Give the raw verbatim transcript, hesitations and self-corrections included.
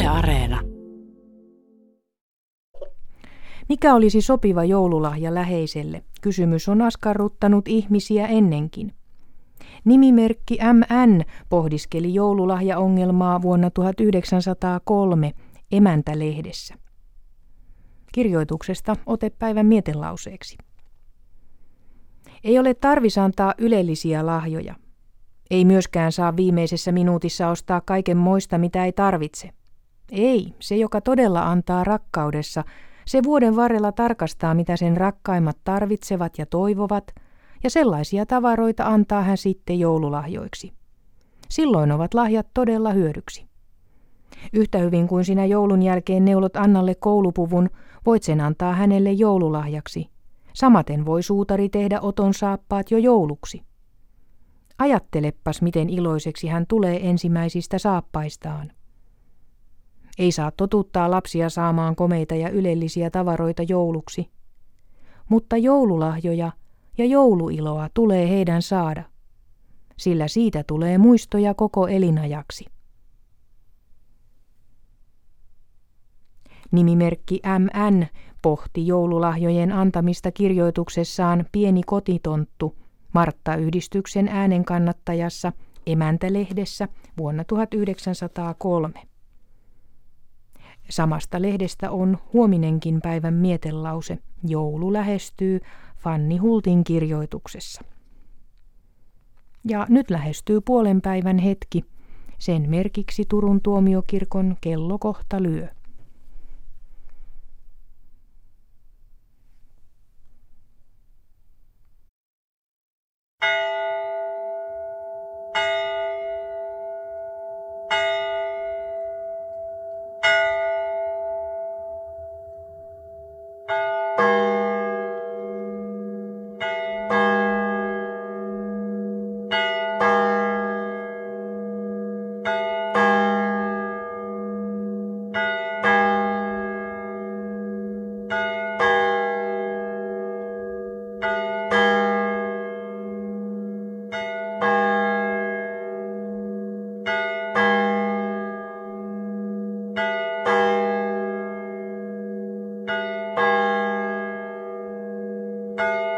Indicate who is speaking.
Speaker 1: Yle Areena.
Speaker 2: Mikä olisi sopiva joululahja läheiselle? Kysymys on askarruttanut ihmisiä ennenkin. Nimimerkki M N pohdiskeli joululahjaongelmaa vuonna tuhatyhdeksänsataakolme Emäntä-lehdessä. Kirjoituksesta ote päivän mietelauseeksi. Ei ole tarvis antaa ylellisiä lahjoja. Ei myöskään saa viimeisessä minuutissa ostaa kaiken moista, mitä ei tarvitse. Ei, se joka todella antaa rakkaudessa, se vuoden varrella tarkastaa, mitä sen rakkaimmat tarvitsevat ja toivovat, ja sellaisia tavaroita antaa hän sitten joululahjoiksi. Silloin ovat lahjat todella hyödyksi. Yhtä hyvin kuin sinä joulun jälkeen neulot Annalle koulupuvun, voit sen antaa hänelle joululahjaksi. Samaten voi suutari tehdä Oton saappaat jo jouluksi. Ajattelepas, miten iloiseksi hän tulee ensimmäisistä saappaistaan. Ei saa totuttaa lapsia saamaan komeita ja ylellisiä tavaroita jouluksi, mutta joululahjoja ja jouluiloa tulee heidän saada, sillä siitä tulee muistoja koko elinajaksi. Nimimerkki M N pohti joululahjojen antamista kirjoituksessaan Pieni kotitonttu Martta-yhdistyksen äänenkannattajassa Emäntä-lehdessä vuonna tuhatyhdeksänsataakolme. Samasta lehdestä on huominenkin päivän mietelause Joulu lähestyy Fanni Hultin kirjoituksessa. Ja nyt lähestyy puolen päivän hetki. Sen merkiksi Turun tuomiokirkon kello kohta lyö.
Speaker 3: Thank you.